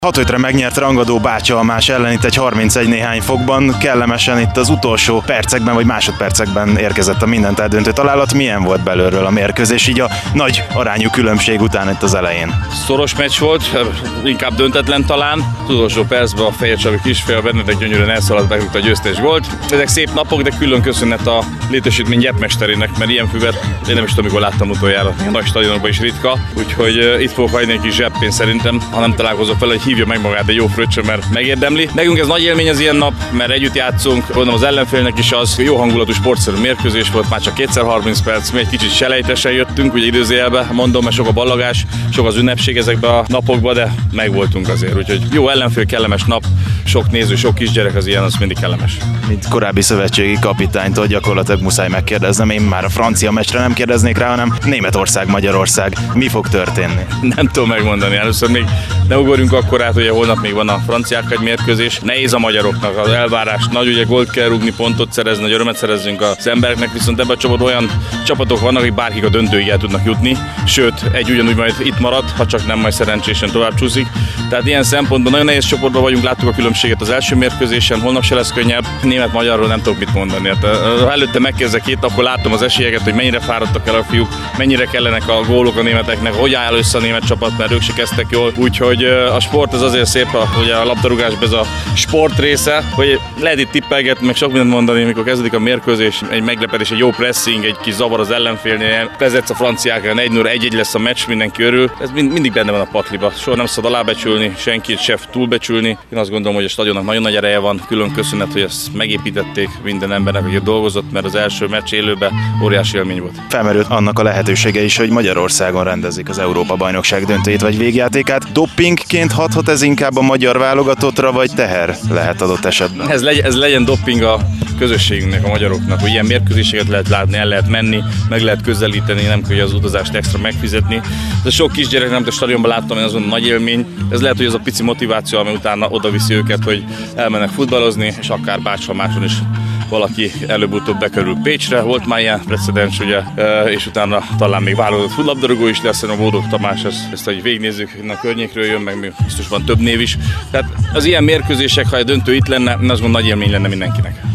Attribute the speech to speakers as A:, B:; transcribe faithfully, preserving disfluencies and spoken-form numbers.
A: hat ötre megnyert Rangadó Bácsalmás ellen itt egy harmincegy néhány fokban, kellemesen itt az utolsó percekben vagy másodpercekben érkezett a mindent eldöntő találat. Milyen volt belülről a mérkőzés, így a nagy arányú különbség után itt az elején?
B: Szoros meccs volt, inkább döntetlen talán. Az utolsó percben a Fehér Csabi kisfél, Benedek gyönyörűen elszaladt, berúgta a győztes gólt. Ezek szép napok, de külön köszönet a létesítmény gyepmesterének, mert ilyen füvet én nem is tudom, mikor láttam utoljára, a nagy stadionokban is ritka. Úgyhogy uh, itt fogok hagyni egy kis zseppén szerintem, ha nem találkozok vele, hogy hívja meg magát egy jó fröccsön, mert megérdemli. Nekünk ez nagy élmény az ilyen nap, mert együtt játszunk, gondolom az ellenfélnek is az. Jó hangulatú sportszerű mérkőzés volt, már csak kétszer harminc perc, mi egy kicsit selejtesen jöttünk, ugye időzélbe, mondom, mert sok a ballagás, sok az ünnepség ezekben a napokban, de megvoltunk azért. Úgyhogy jó ellenfél, kellemes nap, sok néző, sok kisgyerek, az ilyen, az mindig kellemes.
A: Mint korábbi szövetségi kapitánytól gyakorlatilag muszáj megkérdeznem, én már a francia meccsre nem kérdeznék rá, hanem Németország-Magyarország. Mi fog történni?
B: Nem tudom megmondani, először még ne ugorjunk akkor át, ugye holnap még van a franciák egy mérkőzés. Nehéz a magyaroknak az elvárás, nagy ugye gólt kell rúgni, pontot szerezni, nagy örömet szerezzünk az embereknek, viszont ebben a csapatban olyan csapatok vannak, akik bárkik a döntőig el tudnak jutni, sőt, egy ugyanúgy majd itt marad, ha csak nem majd szerencsésen tovább csúszik. Tehát ilyen szempontból nagyon nehéz csoportban vagyunk, láttuk a különbséget az első mérkőzésen, holnap se lesz könnyebb. Német-magyarról nem tudok mit mondani. Hát, ha előtte megkezdek itt, akkor láttam az esélyeket, hogy mennyire fáradtak el a fiúk, mennyire kellenek a gólok a németeknek, hogy áll össze a német csapat, mert ők se kezdtek jól. Úgyhogy a sport ez azért szép, hogy a labdarúgásban ez a sport része, hogy lehet itt tippelgetni, meg sok mindent mondani, amikor kezdődik a mérkőzés, egy meglepetés, egy jó pressing, egy kis zavar az ellenfélnél, vezetsz a franciákra, egy nulla egy-egy lesz a meccs, mindenki örül. Ez mind, mindig benne van a pakliba. Soha nem szabad alábecsülni, senkit se túlbecsülni. Én azt gondolom, hogy a stadionnak nagyon nagy ereje van, külön köszönet, hogy ezt megépítették minden embernek, aki dolgozott, mert az első meccs élőben óriási élmény volt.
A: Felmerült annak a lehetősége is, hogy Magyarországon rendezik az Európa-bajnokság döntőjét vagy végjátékát. Dopingként hathat ez inkább a magyar válogatottra, vagy teher lehet adott esetben?
B: Ez legyen, ez legyen doping a közösségünknek, a magyaroknak, hogy ilyen mérkőzéseket lehet látni, el lehet menni, meg lehet közelíteni, nem kell az utazást extra megfizetni. De sok kisgyerek, nem a stadionban láttam, én azon nagy élmény. Ez lehet, hogy az a pici motiváció, ami utána oda viszi őket, hogy elmennek futballozni, és akár Bácsalmáson is valaki előbb-utóbb bekerül Pécsre. Volt már ilyen precedens, ugye, és utána talán még válogatott futlabdarúgó is lesz, a Bódog Tamás, ezt, ezt hogy végignézzük, a környékről jön, meg még biztos van több név is. Tehát az ilyen mérkőzések, ha egy döntő itt lenne, én azt gondolom, nagy élmény lenne mindenkinek.